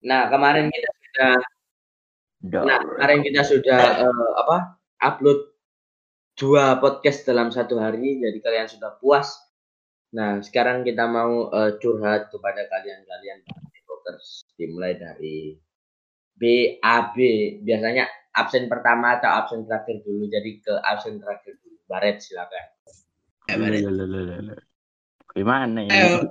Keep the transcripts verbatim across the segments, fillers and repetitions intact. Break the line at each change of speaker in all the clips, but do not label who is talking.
Nah, kemarin kita sudah Nah, kemarin kita sudah uh, apa? Upload dua podcast dalam satu hari, jadi kalian sudah puas. Nah, sekarang kita mau uh, curhat kepada kalian-kalian voters. Dimulai dari B A B. Biasanya absen pertama atau absen terakhir dulu. Jadi ke absen terakhir dulu. Baret silakan.
Ya, Baret.
Gimana ini?
Ayo.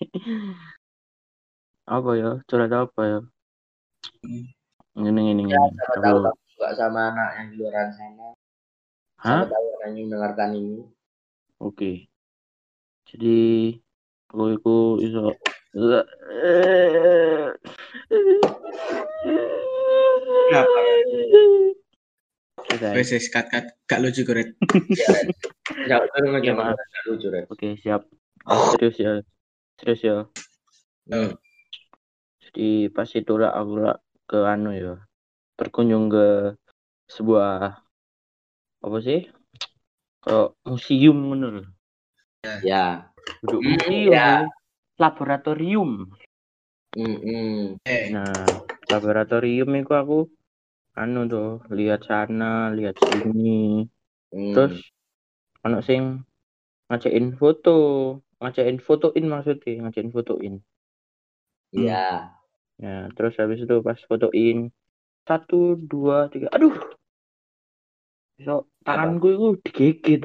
Apa ya? Curhat apa ya? Ini ini ini.
Ya, sama tahu kamu suka sama anak yang di luar sana. Sama tahu orang yang mendengarkan ini.
Oke. Jadi kalau aku iso
Kenapa?
Wes wes kat kat gak lucu Red.
Ya, enggak enggak enggak lucu Red.
Oke, siap. Serius ya. Serius ya.
Hmm.
Jadi pas itu lah aku lah ke anu ya. Berkunjung ke sebuah apa sih? Kayak museum menurut.
Ya.
Duduk
Hmm,
museum
ya.
Laboratorium.
Mm-mm.
Nah, laboratorium itu aku anu tuh lihat sana, lihat sini.
Hmm.
Terus anak sing ngajakin foto, ngajakin fotoin maksudnya, ngajakin fotoin.
Iya.
Ya, terus habis itu pas fotoin satu, dua, tiga, aduh, so tanganku itu digigit,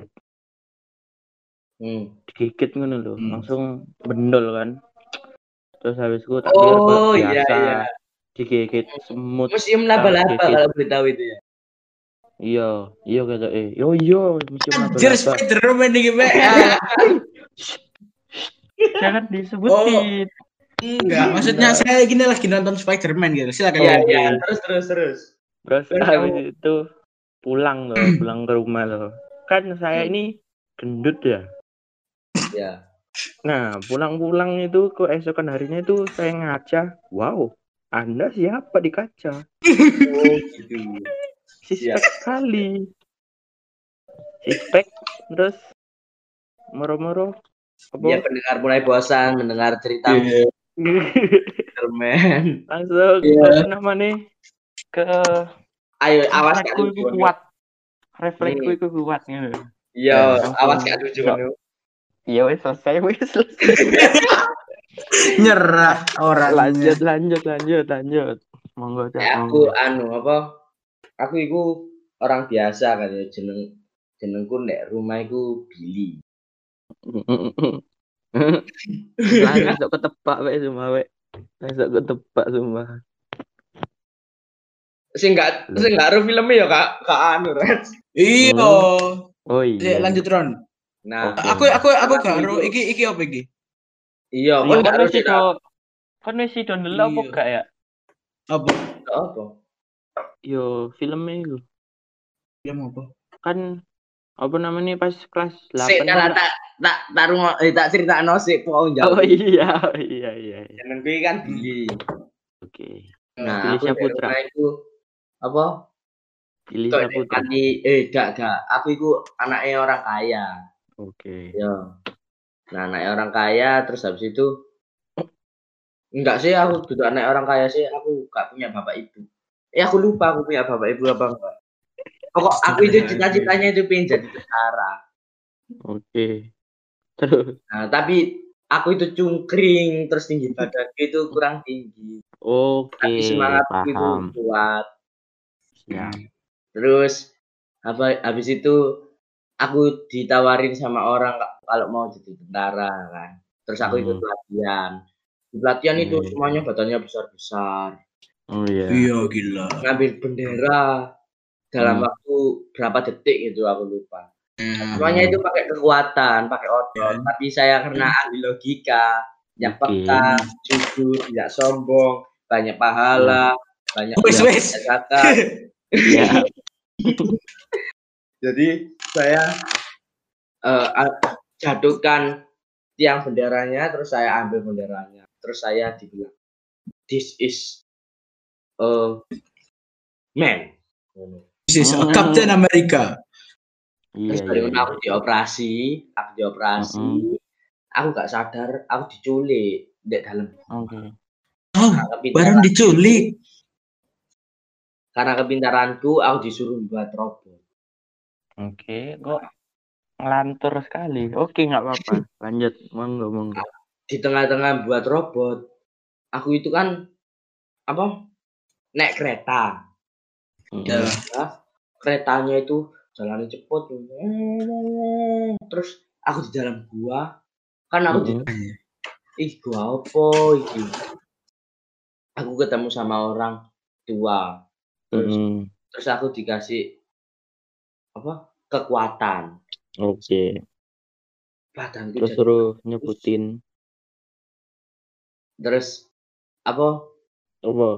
hmm.
digigit ngono loh, hmm. langsung bendol kan. Terus habis itu tak
pikir
oh,
biasa,
iya, iya. digigit semut.
Museum laba-laba kalau boleh tahu itu ya.
Iya, iya kata eh, yo yo museum laba-laba.
Anjir Spider-Man iki, Mbak.
Jangan disebutin.
Oh. Enggak, maksudnya saya gini lagi nonton Spider-Man gitu. Silakan.
Iya, iya, terus terus terus.
Terus habis kamu... itu pulang loh, pulang ke rumah loh. Kan saya ini gendut ya.
Ya.
Nah, pulang-pulang itu keesokan harinya itu saya ngaca, wow, Anda siapa di kaca?
Oh, gitu.
Suspek sekali. Suspek, terus moro-moro.
Dia pendengar mulai bosan mendengar ceritamu. Spider-Man.
Langsung yeah. Apa namanya? Ke
ayo awas Kak
Duju kuat. Refleksku itu kuat gitu.
Iya, awas Kak Duju ngono.
Iya wes selesai wes selesai.
Nyerah orang.
Lanjut lanjut lanjut lanjut. Monggo Cak.
Ya, aku anu apa? Aku itu orang biasa kan ya, jeneng jenengku nek rumah iku Billy.
Lah esok ketebak wek semua wek. Esok ketebak semua.
Sing gak sing gak ro filmnya ya Kak, Kak anu Red.
Iya.
Oh iya.
Lanjut Ron.
Nah,
okay. aku aku aku gak ro iki iki apa iki?
Iya, kon gak ro sih.
Kan wis sido ndelok apa gak ya?
Apa?
Apa?
Yo, filmnya itu.
Film apa?
Kan apa namanya pas kelas delapan
sik kan tak tak taruh eh, tak critakno sik pokok njawab.
Oh iya, iya iya.
Jeneng kuwi kan Billy.
Oke.
Nah,
Billy Saputra.
Itu apa?
Billy Saputra.
Eh, gak gak. Aku itu anaknya orang kaya.
Oke.
Ya. Nah, anaknya orang kaya terus habis itu enggak sih aku duduk anak orang kaya sih, aku gak punya bapak ibu. Eh aku lupa aku punya bapak ibu apa enggak. Pokok aku itu cita-citanya itu pengen jadi tentara.
Oke. Terus.
Nah, tapi aku itu cungkring terus tinggi badan itu kurang tinggi.
Oke.
Tapi semangatku itu kuat. Ya. Terus apa habis itu aku ditawarin sama orang kalau mau jadi tentara kan. Terus aku ikut pelatihan. Di pelatihan hmm. itu semuanya badannya besar-besar.
Oh iya.
Iya gila.
Ngambil bendera dalam hmm. waktu berapa detik gitu aku lupa. Hmm. Semuanya itu pakai kekuatan, pakai otot. Hmm. Tapi saya karena ahli logika, yang peka, jujur, tidak sombong, banyak pahala, hmm. banyak zakat.
Iya.
Jadi saya uh, jatuhkan tiang benderanya, terus saya ambil benderanya, terus saya dibilang, this is a man.
This is a Captain America.
Terus dari mana aku dioperasi, aku dioperasi, mm-hmm. aku gak sadar, aku diculik di dalam.
Oke. Okay.
Oh, baru diculik.
Karena kepintaranku, aku disuruh buat robot.
Oke, kok ngelantur sekali. Oke, nggak apa-apa. Lanjut, monggo, monggo.
Di tengah-tengah buat robot, aku itu kan apa? Naik kereta.
Ya.
Ya, keretanya itu jalannya cepet. Terus aku di dalam gua, kan aku di ih gua apa iki? Aku ketemu sama orang tua. Terus
Mm-hmm.
terus aku dikasih apa? Kekuatan.
Oke.
Badanku
Terus
jadi
suruh nyebutin.
Terus apa?
Apa?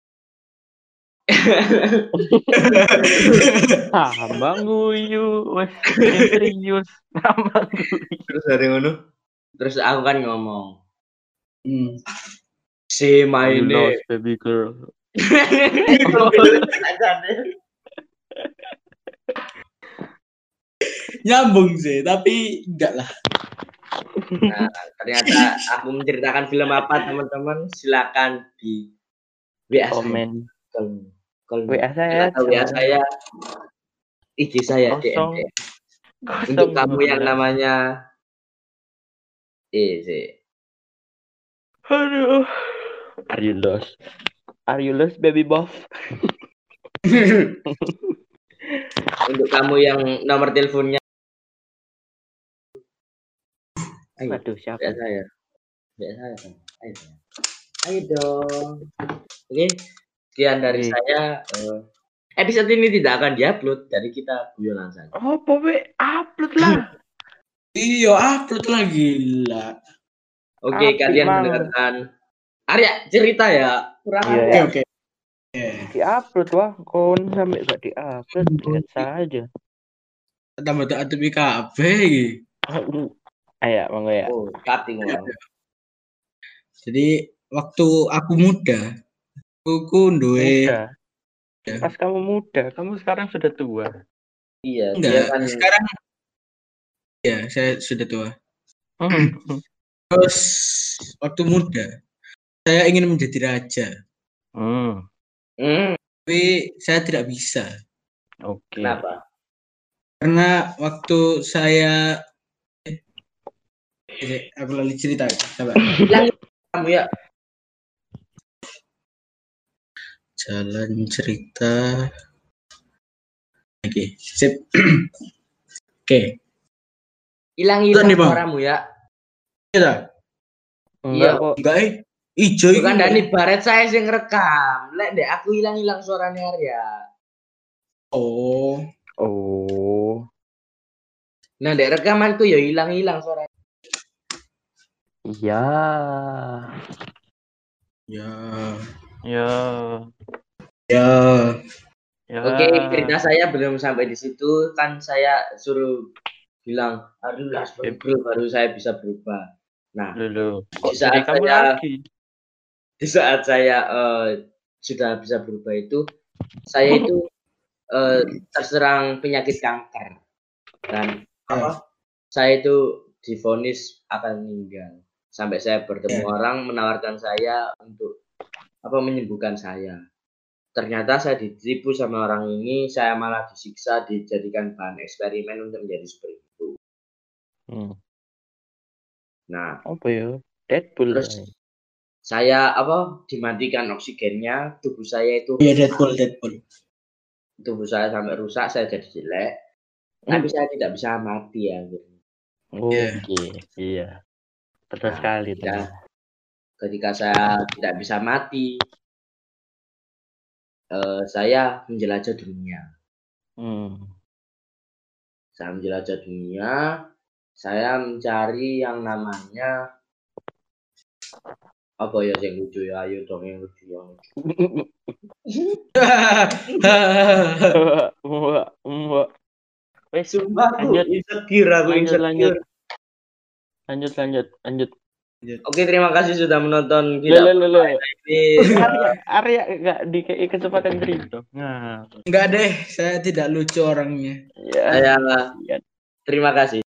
Ah, Bang Guyu, wes serius. Bang Guyu.
Terus dari ngono. Terus aku kan ngomong.
Hmm.
Say my
You
name.
lost, baby girl.
Nyambung sih, tapi enggak lah.
Nah, ternyata aku menceritakan film apa teman-teman, silakan di W A
komen.
Kalau
W A saya,
W A saya, I G saya D M. Untuk kamu yang namanya eh sih.
Aduh. Are you lost? Are you lost, baby buff?
Untuk kamu yang nomor teleponnya. Ayo,
Aduh, siapa?
W A saya. W A saya. Ayo. Ayo dong. Oke, sekian dari Oke. saya. Uh, episode ini tidak akan diupload, jadi kita guyonan saja.
Oh, Bobe, upload lah.
Iya, upload lah gila.
Oke, okay, kalian mendengarkan Arya cerita ya. Kurang
iya,
Arya.
Oke, oke.
Di-upload wah, kon sampai gak di-upload, lihat saja.
Tambah tak ada P K B.
Ayo, monggo ya.
Oh, cutting lah.
Jadi waktu aku muda, aku duwe.
Muda. Pas kamu muda, kamu sekarang sudah tua.
Iya,
enggak.
Dia kan...
Sekarang ya, saya sudah tua. Terus waktu muda, saya ingin menjadi raja.
Hmm.
Hmm.
Tapi saya tidak bisa.
Oke. Okay.
Kenapa?
Karena waktu saya eh, aku lagi cerita, coba.
Kamu ya.
Jalan cerita. Oke, okay, sip. Oke. Okay.
Hilang-hilang suaramu ya.
Iya.
Enggak kok.
Enggak eh. Ijo
itu. Bukan Dani Baret saya sing rekam. Lek dek aku hilang-hilang suaranya Arya.
Oh.
Oh.
Nah, dek rekamanku ya hilang-hilang suaranya.
Iya.
Ya.
Ya.
Ya.
Ya.
Oke, cerita saya belum sampai di situ. Kan saya suruh bilang, aduh lah, baru saya bisa berubah. Nah,
Lulu.
Di saat
kamu
saya,
lagi.
Di saat saya uh, sudah bisa berubah itu, saya itu uh, terserang penyakit kanker. Dan apa? Saya itu divonis akan meninggal. Sampai saya bertemu yeah. orang menawarkan saya untuk apa menyembuhkan saya. Ternyata saya ditipu sama orang ini, saya malah disiksa, dijadikan bahan eksperimen untuk menjadi seperti itu.
Hmm.
Nah,
apa ya? Deadpool.
Terus ya. Saya apa dimatikan oksigennya, tubuh saya itu
Iya, Deadpool, Deadpool.
Tubuh saya sampai rusak, saya jadi jelek. Hmm. Tapi saya tidak bisa mati ya.
Oke, okay. Iya. Betul nah, sekali
ya. Ketika saya tidak bisa mati, uh, saya menjelajah dunia.
Hmm.
Saya menjelajah dunia, saya mencari yang namanya apa ya yang lucu ya, ayo dong yang lucu yang lucu.
Mbak, mbak.
Wes, sumpah lanjut. Insecure aku
lanjut,
insecure.
Lanjut. Lanjut, lanjut, lanjut.
Oke, terima kasih sudah menonton
video ini. Arya, Arya enggak dikei kesempatan cerita.
Nah. Enggak deh, saya tidak lucu orangnya.
Ya. Saya, ya. Terima kasih.